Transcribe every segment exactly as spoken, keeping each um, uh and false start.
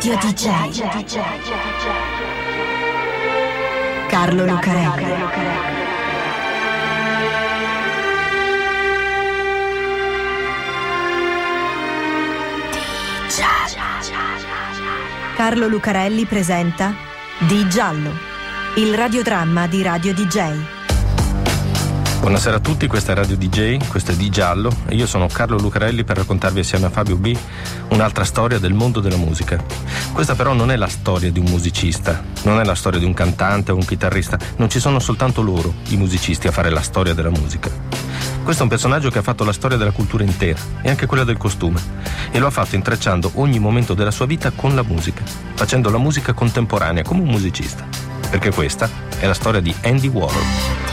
Radio D J Carlo Lucarelli. Carlo Lucarelli presenta Di Giallo, il radiodramma di Radio D J. Buonasera a tutti, questa è Radio D J, questo è Di Giallo e io sono Carlo Lucarelli per raccontarvi assieme a Fabio B un'altra storia del mondo della musica. Questa però non è la storia di un musicista, non è la storia di un cantante o un chitarrista, non ci sono soltanto loro, i musicisti, a fare la storia della musica. Questo è un personaggio che ha fatto la storia della cultura intera e anche quella del costume, e lo ha fatto intrecciando ogni momento della sua vita con la musica, facendo la musica contemporanea come un musicista, perché questa è la storia di Andy Warhol.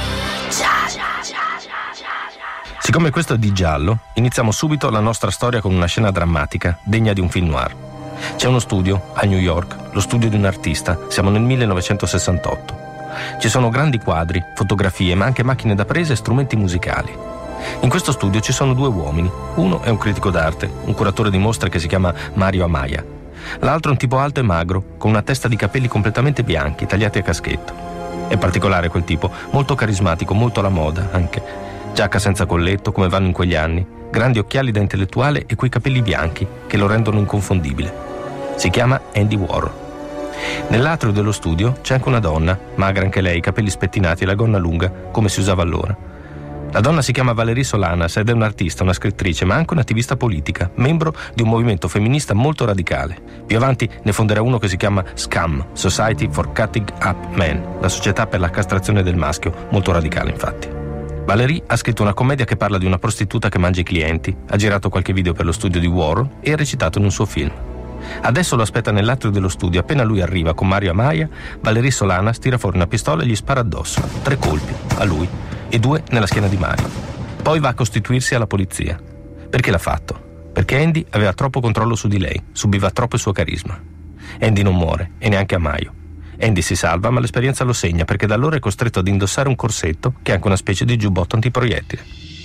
Siccome questo è Di Giallo, iniziamo subito la nostra storia con una scena drammatica, degna di un film noir. C'è uno studio a New York, lo studio di un artista, siamo nel millenovecentosessantotto. Ci sono grandi quadri, fotografie, ma anche macchine da presa e strumenti musicali. In questo studio ci sono due uomini. Uno è un critico d'arte, un curatore di mostre che si chiama Mario Amaya. L'altro è un tipo alto e magro, con una testa di capelli completamente bianchi, tagliati a caschetto. È particolare quel tipo, molto carismatico, molto alla moda anche. Giacca senza colletto, come vanno in quegli anni, grandi occhiali da intellettuale e quei capelli bianchi che lo rendono inconfondibile. Si chiama Andy Warhol. Nell'atrio dello studio c'è anche una donna, magra anche lei, capelli spettinati e la gonna lunga, come si usava allora. La donna si chiama Valerie Solanas ed è un'artista, una scrittrice, ma anche un'attivista politica, membro di un movimento femminista molto radicale. Più avanti ne fonderà uno che si chiama SCUM, Society for Cutting Up Men, la società per la castrazione del maschio, molto radicale infatti. Valerie ha scritto una commedia che parla di una prostituta che mangia i clienti, ha girato qualche video per lo studio di Warhol e ha recitato in un suo film. Adesso lo aspetta nell'atrio dello studio. Appena lui arriva con Mario Amaya, Valerie Solanas tira fuori una pistola e gli spara addosso. Tre colpi, a lui, e due nella schiena di Mario. Poi va a costituirsi alla polizia. Perché l'ha fatto? Perché Andy aveva troppo controllo su di lei, subiva troppo il suo carisma. Andy non muore, e neanche Amaio. Andy si salva, ma l'esperienza lo segna, perché da allora è costretto ad indossare un corsetto che è anche una specie di giubbotto antiproiettile.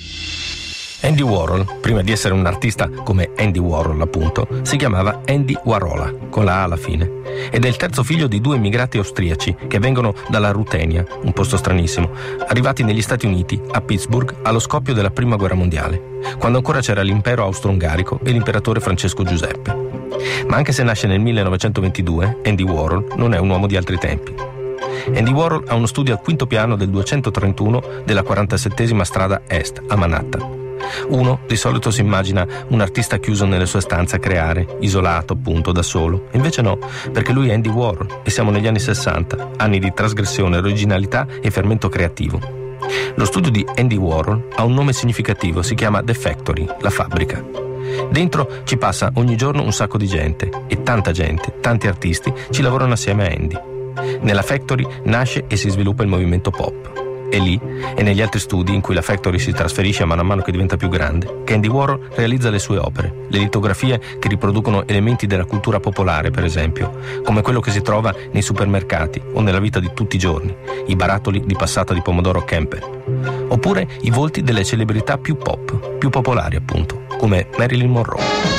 Andy Warhol, prima di essere un artista come Andy Warhol appunto, si chiamava Andy Warhola, con la A alla fine, ed è il terzo figlio di due immigrati austriaci che vengono dalla Rutenia, un posto stranissimo, arrivati negli Stati Uniti, a Pittsburgh, allo scoppio della Prima Guerra Mondiale, quando ancora c'era l'impero austro-ungarico e l'imperatore Francesco Giuseppe. Ma anche se nasce nel millenovecentoventidue, Andy Warhol non è un uomo di altri tempi. Andy Warhol ha uno studio al quinto piano del duecentotrentuno della quarantasettesima strada est, a Manhattan. Uno di solito si immagina un artista chiuso nelle sue stanze a creare, isolato appunto, da solo. E invece no, perché lui è Andy Warhol e siamo negli anni sessanta, anni di trasgressione, originalità e fermento creativo. Lo studio di Andy Warhol ha un nome significativo, si chiama The Factory, la fabbrica. Dentro ci passa ogni giorno un sacco di gente, e tanta gente, tanti artisti ci lavorano assieme a Andy. Nella Factory nasce e si sviluppa il movimento pop. È lì, e negli altri studi in cui la Factory si trasferisce a mano a mano che diventa più grande, che Andy Warhol realizza le sue opere, le litografie che riproducono elementi della cultura popolare, per esempio, come quello che si trova nei supermercati o nella vita di tutti i giorni, i barattoli di passata di pomodoro Kemper, oppure i volti delle celebrità più pop, più popolari appunto, come Marilyn Monroe.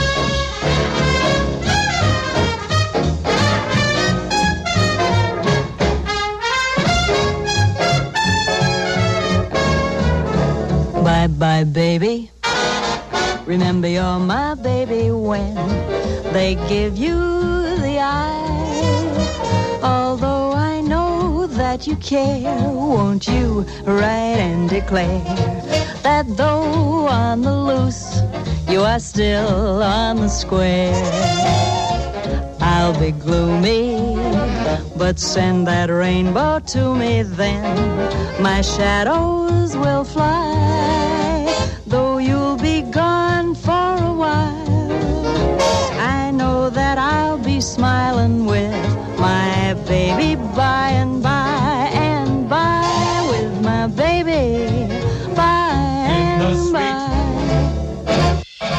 Bye bye baby, remember you're my baby when they give you the eye. Although I know that you care, won't you write and declare that though on the loose you are still on the square. I'll be gloomy, but send that rainbow to me, then my shadows will fly. Though you'll be gone for a while, I know that I'll be smiling with my baby by and by, and by with my baby by and by.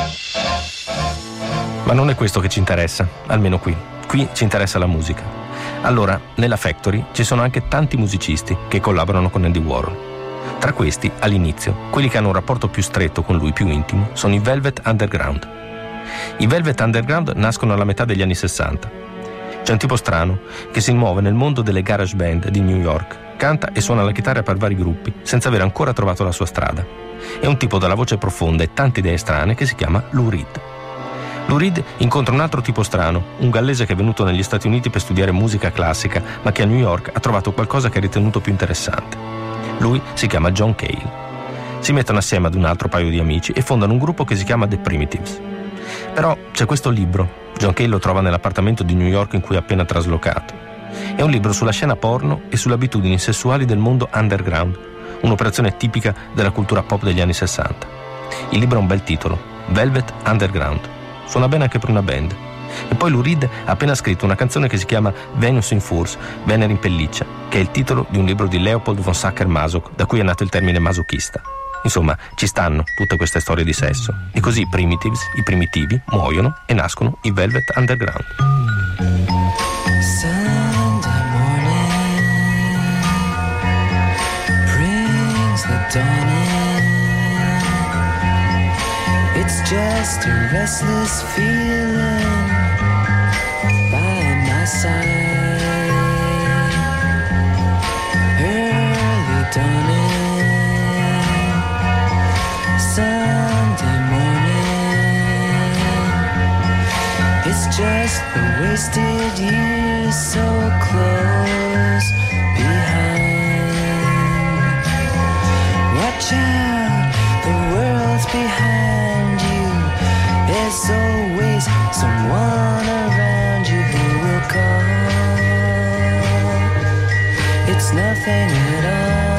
Ma non è questo che ci interessa, almeno qui. Qui ci interessa la musica. Allora, nella Factory ci sono anche tanti musicisti che collaborano con Andy Warhol. Tra questi, all'inizio, quelli che hanno un rapporto più stretto con lui, più intimo, sono i Velvet Underground. I Velvet Underground nascono alla metà degli anni sessanta. C'è un tipo strano che si muove nel mondo delle garage band di New York, canta e suona la chitarra per vari gruppi senza aver ancora trovato la sua strada. È un tipo dalla voce profonda e tante idee strane che si chiama Lou Reed. Lou Reed incontra un altro tipo strano, un gallese che è venuto negli Stati Uniti per studiare musica classica, ma che a New York ha trovato qualcosa che ha ritenuto più interessante. Lui si chiama John Cale. Si mettono assieme ad un altro paio di amici e fondano un gruppo che si chiama The Primitives. Però c'è questo libro, John Cale lo trova nell'appartamento di New York in cui è appena traslocato. È un libro sulla scena porno e sulle abitudini sessuali del mondo underground, un'operazione tipica della cultura pop degli anni sessanta. Il libro ha un bel titolo, Velvet Underground. Suona bene anche per una band. E poi Lou Reed ha appena scritto una canzone che si chiama Venus in Furs, Venere in pelliccia, che è il titolo di un libro di Leopold von Sacher-Masoch, da cui è nato il termine masochista. Insomma, ci stanno tutte queste storie di sesso. E così i Primitives, i primitivi, muoiono e nascono i Velvet Underground. Sunday morning brings the dawn in. It's just a restless feeling by my side. Early dawning, Sunday morning. It's just the wasted years so close behind. Watch out, the world's behind you. There's always someone around you who will call. It's nothing at all.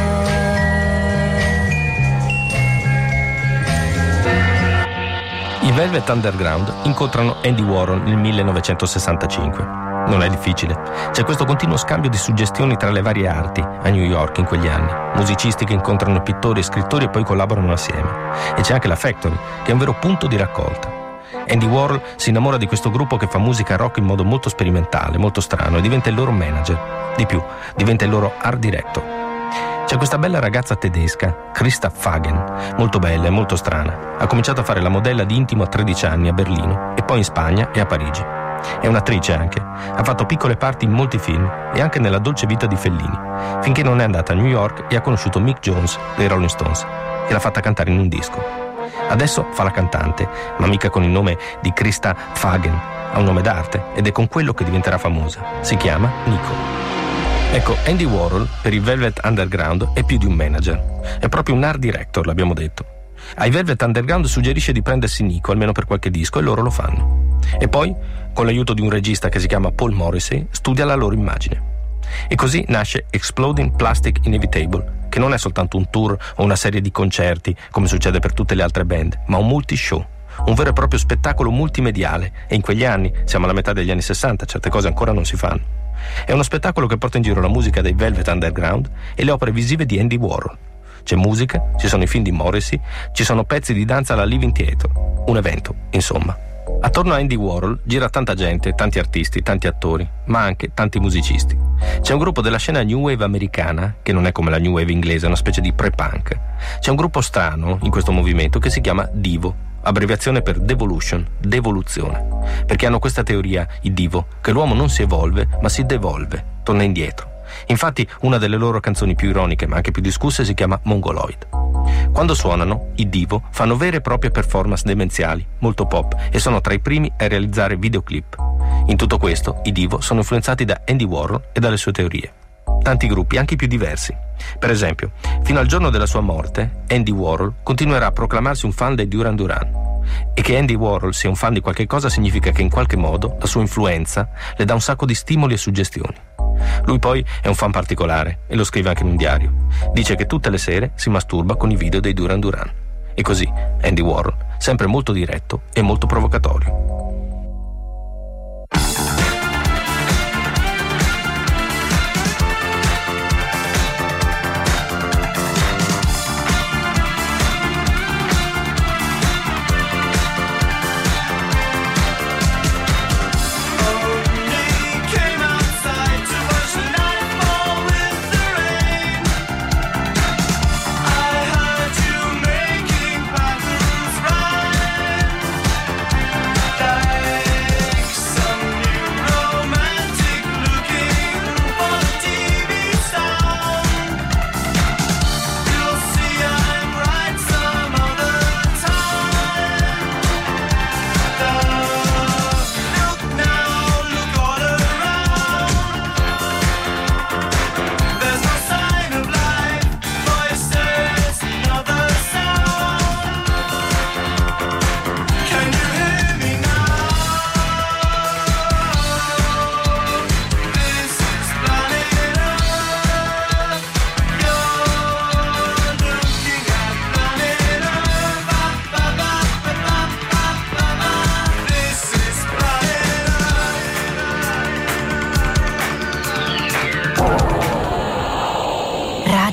I Velvet Underground incontrano Andy Warhol nel millenovecentosessantacinque. Non è difficile. C'è questo continuo scambio di suggestioni tra le varie arti a New York in quegli anni. Musicisti che incontrano pittori e scrittori e poi collaborano assieme. E c'è anche la Factory, che è un vero punto di raccolta. Andy Warhol si innamora di questo gruppo che fa musica rock in modo molto sperimentale, molto strano, e diventa il loro manager. Di più, diventa il loro art director. C'è questa bella ragazza tedesca, Christa Fagen, molto bella e molto strana. Ha cominciato a fare la modella di intimo a tredici anni a Berlino e poi in Spagna e a Parigi. È un'attrice anche, ha fatto piccole parti in molti film e anche nella dolce vita di Fellini, finché non è andata a New York e ha conosciuto Mick Jones dei Rolling Stones, che l'ha fatta cantare in un disco. Adesso fa la cantante, ma mica con il nome di Christa Fagen, ha un nome d'arte ed è con quello che diventerà famosa. Si chiama Nico. Ecco, Andy Warhol per i Velvet Underground è più di un manager, è proprio un art director, l'abbiamo detto. Ai Velvet Underground suggerisce di prendersi Nico, almeno per qualche disco, e loro lo fanno. E poi, con l'aiuto di un regista che si chiama Paul Morrissey, studia la loro immagine. E così nasce Exploding Plastic Inevitable, che non è soltanto un tour o una serie di concerti, come succede per tutte le altre band, ma un multi-show, un vero e proprio spettacolo multimediale, e in quegli anni, siamo alla metà degli anni sessanta, certe cose ancora non si fanno. È uno spettacolo che porta in giro la musica dei Velvet Underground e le opere visive di Andy Warhol. C'è musica, ci sono i film di Morrissey, ci sono pezzi di danza alla Living Theatre. Un evento, insomma. Attorno a Andy Warhol gira tanta gente, tanti artisti, tanti attori, ma anche tanti musicisti. C'è un gruppo della scena New Wave americana, che non è come la New Wave inglese, è una specie di pre-punk. C'è un gruppo strano in questo movimento che si chiama Divo, abbreviazione per devolution, devoluzione, perché hanno questa teoria, i Divo, che l'uomo non si evolve, ma si devolve, torna indietro. Infatti, una delle loro canzoni più ironiche, ma anche più discusse, si chiama Mongoloid. Quando suonano, i Divo fanno vere e proprie performance demenziali, molto pop, e sono tra i primi a realizzare videoclip. In tutto questo, i Divo sono influenzati da Andy Warhol e dalle sue teorie. Tanti gruppi, anche i più diversi. Per esempio, fino al giorno della sua morte, Andy Warhol continuerà a proclamarsi un fan dei Duran Duran. E che Andy Warhol sia un fan di qualche cosa significa che in qualche modo la sua influenza le dà un sacco di stimoli e suggestioni. Lui poi è un fan particolare e lo scrive anche in un diario. Dice che tutte le sere si masturba con i video dei Duran Duran. E così Andy Warhol, sempre molto diretto e molto provocatorio. That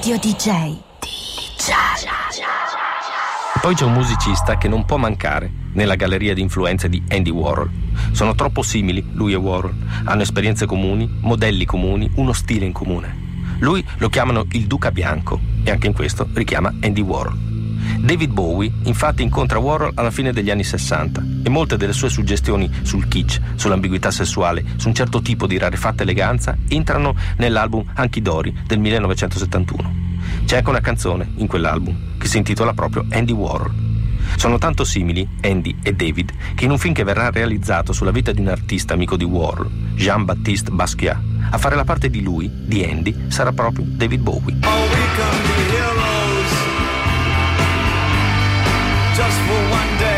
Radio D J. Poi c'è un musicista che non può mancare nella galleria di influenze di Andy Warhol. Sono troppo simili, lui e Warhol. Hanno esperienze comuni, modelli comuni, uno stile in comune. Lui lo chiamano il Duca Bianco e anche in questo richiama Andy Warhol. David Bowie infatti incontra Warhol alla fine degli anni sessanta e molte delle sue suggestioni sul kitsch, sull'ambiguità sessuale, su un certo tipo di rarefatta eleganza entrano nell'album Hunky Dory del millenovecentosettantuno. C'è anche una canzone in quell'album che si intitola proprio Andy Warhol. Sono tanto simili, Andy e David, che in un film che verrà realizzato sulla vita di un artista amico di Warhol, Jean-Baptiste Basquiat, a fare la parte di lui, di Andy, sarà proprio David Bowie. Oh, we can be heroes just for one day.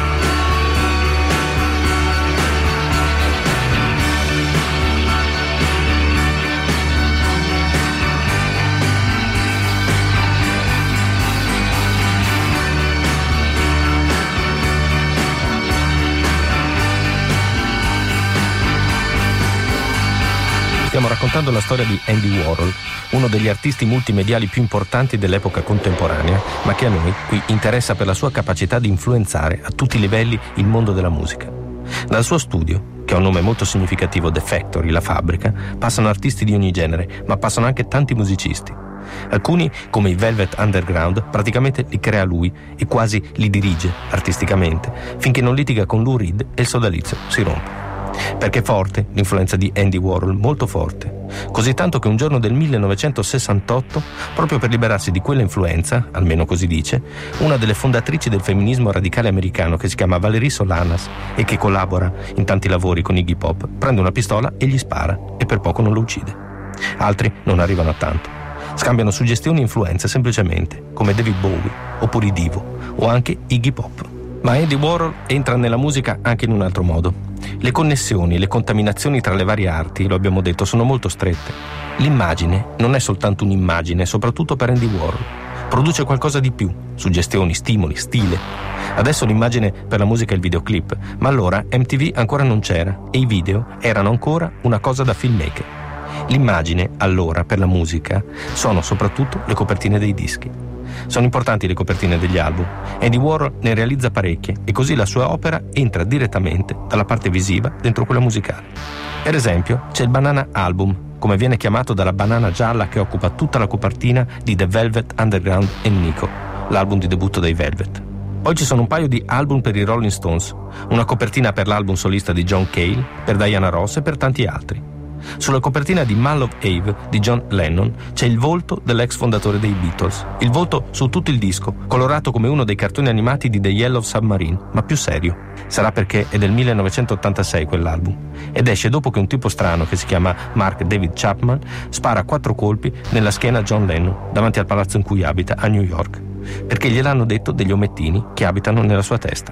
Stiamo raccontando la storia di Andy Warhol, uno degli artisti multimediali più importanti dell'epoca contemporanea, ma che a noi qui interessa per la sua capacità di influenzare a tutti i livelli il mondo della musica. Dal suo studio, che ha un nome molto significativo, The Factory, la fabbrica, passano artisti di ogni genere, ma passano anche tanti musicisti. Alcuni, come i Velvet Underground, praticamente li crea lui e quasi li dirige artisticamente, finché non litiga con Lou Reed e il sodalizio si rompe. Perché è forte l'influenza di Andy Warhol, molto forte, così tanto che un giorno del millenovecentosessantotto, proprio per liberarsi di quella influenza, almeno così dice, una delle fondatrici del femminismo radicale americano che si chiama Valerie Solanas e che collabora in tanti lavori con Iggy Pop, prende una pistola e gli spara e per poco non lo uccide. Altri non arrivano a tanto. Scambiano suggestioni e influenze semplicemente, come David Bowie, oppure i Divo, o anche Iggy Pop. Ma Andy Warhol entra nella musica anche in un altro modo. Le connessioni, le contaminazioni tra le varie arti, lo abbiamo detto, sono molto strette. L'immagine non è soltanto un'immagine, soprattutto per Andy Warhol. Produce qualcosa di più, suggestioni, stimoli, stile. Adesso l'immagine per la musica è il videoclip, ma allora M T V ancora non c'era e i video erano ancora una cosa da filmmaker. L'immagine, allora, per la musica, sono soprattutto le copertine dei dischi. Sono importanti le copertine degli album. Andy Warhol ne realizza parecchie e così la sua opera entra direttamente dalla parte visiva dentro quella musicale. Per esempio, c'è il Banana Album, come viene chiamato dalla banana gialla che occupa tutta la copertina di The Velvet Underground e Nico, l'album di debutto dei Velvet. Poi ci sono un paio di album per i Rolling Stones, una copertina per l'album solista di John Cale, per Diana Ross e per tanti altri. Sulla copertina di Man of Eve di John Lennon c'è il volto dell'ex fondatore dei Beatles. Il volto su tutto il disco, colorato come uno dei cartoni animati di The Yellow Submarine, ma più serio. Sarà perché è del millenovecentottantasei quell'album ed esce dopo che un tipo strano che si chiama Mark David Chapman spara quattro colpi nella schiena a John Lennon davanti al palazzo in cui abita a New York, perché gliel'hanno detto degli omettini che abitano nella sua testa.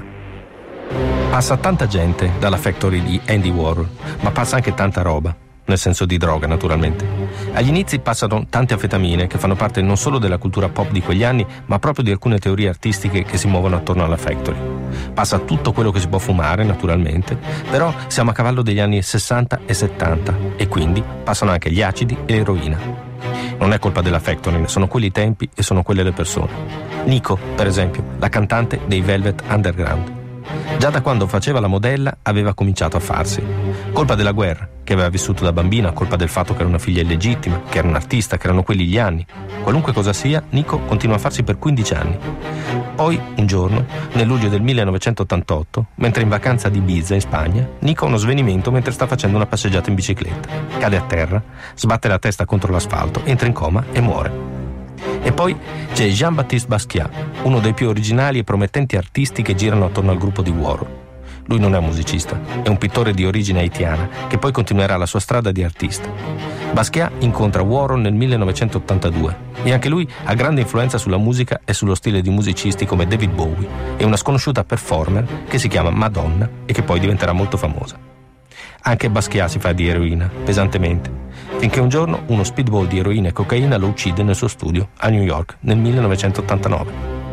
Passa tanta gente dalla Factory di Andy Warhol, ma passa anche tanta roba. Nel senso di droga, naturalmente. Agli inizi passano tante anfetamine che fanno parte non solo della cultura pop di quegli anni, ma proprio di alcune teorie artistiche che si muovono attorno alla Factory. Passa tutto quello che si può fumare, naturalmente, però siamo a cavallo degli anni sessanta e settanta e quindi passano anche gli acidi e l'eroina. Non è colpa della Factory, sono quelli i tempi e sono quelle le persone. Nico, per esempio, la cantante dei Velvet Underground. Già da quando faceva la modella aveva cominciato a farsi. Colpa della guerra, che aveva vissuto da bambina, colpa del fatto che era una figlia illegittima, che era un artista, che erano quelli gli anni. Qualunque cosa sia, Nico continua a farsi per quindici anni. Poi, un giorno, nel luglio del millenovecentottantotto, mentre in vacanza ad Ibiza, in Spagna, Nico ha uno svenimento mentre sta facendo una passeggiata in bicicletta. Cade a terra, sbatte la testa contro l'asfalto, entra in coma e muore. E poi c'è Jean-Baptiste Basquiat, uno dei più originali e promettenti artisti che girano attorno al gruppo di Warhol. Lui non è un musicista, è un pittore di origine haitiana che poi continuerà la sua strada di artista. Basquiat incontra Warhol nel millenovecentottantadue e anche lui ha grande influenza sulla musica e sullo stile di musicisti come David Bowie e una sconosciuta performer che si chiama Madonna e che poi diventerà molto famosa. Anche Basquiat si fa di eroina, pesantemente, finché un giorno uno speedball di eroina e cocaina lo uccide nel suo studio a New York nel millenovecentottantanove.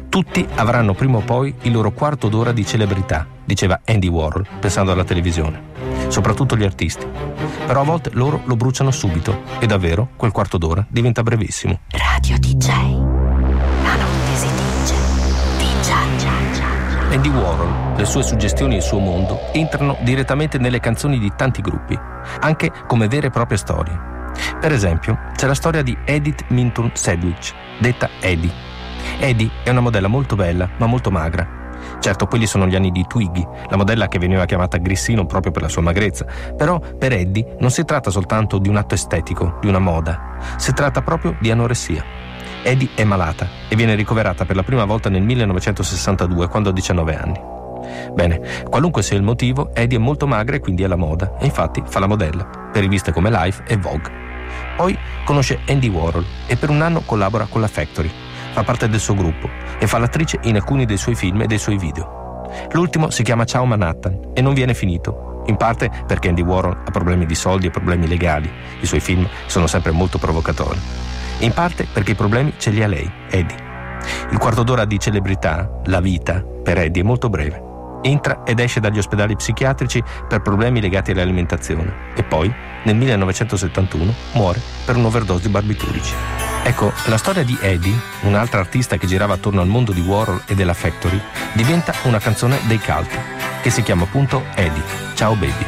Tutti avranno prima o poi il loro quarto d'ora di celebrità, diceva Andy Warhol, pensando alla televisione. Soprattutto gli artisti. Però a volte loro lo bruciano subito e davvero quel quarto d'ora diventa brevissimo. Radio D J. La notte si tinge. D J. Andy Warhol, le sue suggestioni e il suo mondo entrano direttamente nelle canzoni di tanti gruppi, anche come vere e proprie storie. Per esempio, c'è la storia di Edith Minturn Sedgwick, detta Eddie. Eddie è una modella molto bella, ma molto magra. Certo, quelli sono gli anni di Twiggy, la modella che veniva chiamata Grissino proprio per la sua magrezza. Però per Eddie non si tratta soltanto di un atto estetico, di una moda. Si tratta proprio di anoressia. Eddie è malata e viene ricoverata per la prima volta nel millenovecentosessantadue, quando ha diciannove anni. Bene, qualunque sia il motivo, Eddie è molto magra e quindi è alla moda, e infatti fa la modella per riviste come Life e Vogue. Poi conosce Andy Warhol e per un anno collabora con la Factory, fa parte del suo gruppo e fa l'attrice in alcuni dei suoi film e dei suoi video. L'ultimo si chiama Ciao Manhattan e non viene finito, in parte perché Andy Warhol ha problemi di soldi e problemi legali, i suoi film sono sempre molto provocatori, in parte perché i problemi ce li ha lei, Eddie. Il quarto d'ora di celebrità, la vita, per Eddie è molto breve. Entra ed esce dagli ospedali psichiatrici per problemi legati all'alimentazione e poi, nel millenovecentosettantuno, muore per un'overdose di barbiturici. Ecco, la storia di Eddie, un'altra artista che girava attorno al mondo di Warhol e della Factory, diventa una canzone dei cult, che si chiama appunto Eddie, Ciao Baby.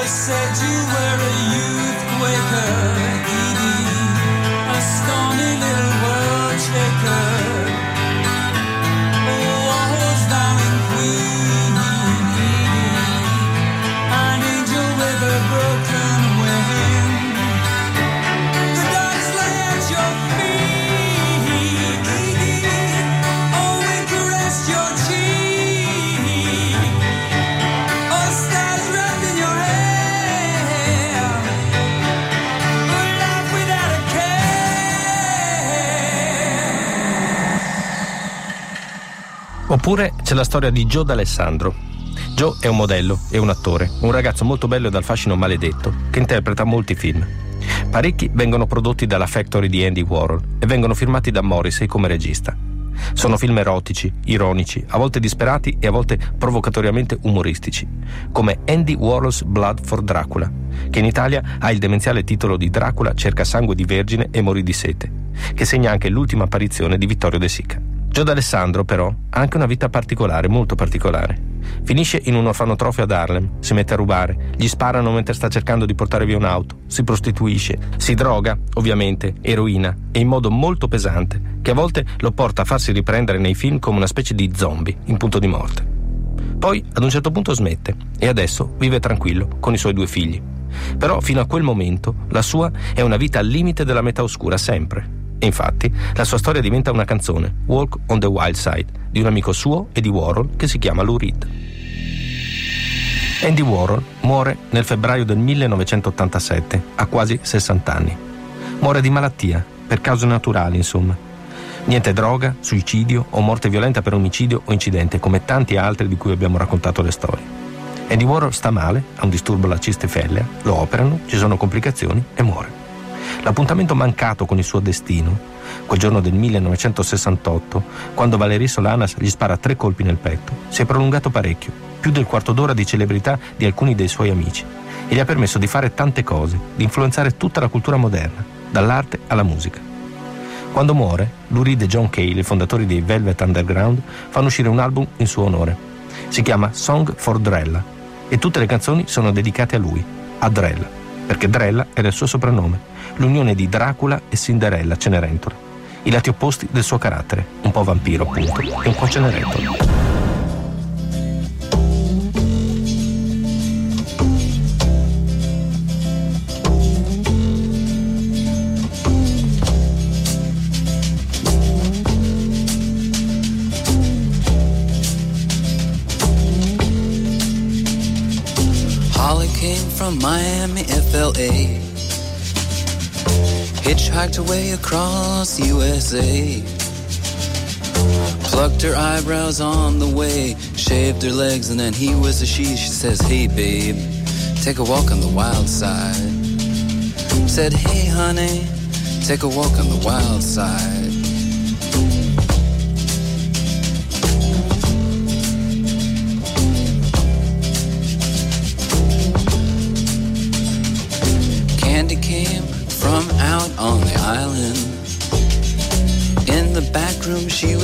Oppure c'è la storia di Joe D'Alessandro. Joe è un modello e un attore, un ragazzo molto bello e dal fascino maledetto, che interpreta molti film. Parecchi vengono prodotti dalla Factory di Andy Warhol e vengono firmati da Morrissey come regista. Sono film erotici, ironici, a volte disperati e a volte provocatoriamente umoristici, come Andy Warhol's Blood for Dracula, che in Italia ha il demenziale titolo di Dracula cerca sangue di vergine e morì di sete, che segna anche l'ultima apparizione di Vittorio De Sica. Joe D'Alessandro, però, ha anche una vita particolare, molto particolare. Finisce in un orfanotrofio ad Harlem, si mette a rubare, gli sparano mentre sta cercando di portare via un'auto, si prostituisce, si droga, ovviamente, eroina, e in modo molto pesante, che a volte lo porta a farsi riprendere nei film come una specie di zombie in punto di morte. Poi, ad un certo punto smette, e adesso vive tranquillo con i suoi due figli. Però, fino a quel momento, la sua è una vita al limite della metà oscura, sempre. E infatti, la sua storia diventa una canzone, Walk on the Wild Side, di un amico suo e di Warhol che si chiama Lou Reed. Andy Warhol muore nel febbraio del millenovecentottantasette, a quasi sessanta anni. Muore di malattia, per cause naturali, insomma. Niente droga, suicidio o morte violenta per omicidio o incidente, come tanti altri di cui abbiamo raccontato le storie. Andy Warhol sta male, ha un disturbo alla cistifellea, lo operano, ci sono complicazioni e muore. L'appuntamento mancato con il suo destino, quel giorno del millenovecentosessantotto, quando Valerie Solanas gli spara tre colpi nel petto, si è prolungato parecchio, più del quarto d'ora di celebrità di alcuni dei suoi amici, e gli ha permesso di fare tante cose, di influenzare tutta la cultura moderna, dall'arte alla musica. Quando muore, Lou Reed e John Cale, i fondatori dei Velvet Underground, fanno uscire un album in suo onore. Si chiama Song for Drella, e tutte le canzoni sono dedicate a lui, a Drella, perché Drella era il suo soprannome, l'unione di Dracula e Cinderella Cenerentola, i lati opposti del suo carattere, un po' vampiro appunto e un po' Cenerentola. Holly came from Miami, F L A, hitchhiked away across U S A, plucked her eyebrows on the way, shaved her legs, and then he was a she. She says, hey babe, take a walk on the wild side. Said, hey honey, take a walk on the wild side.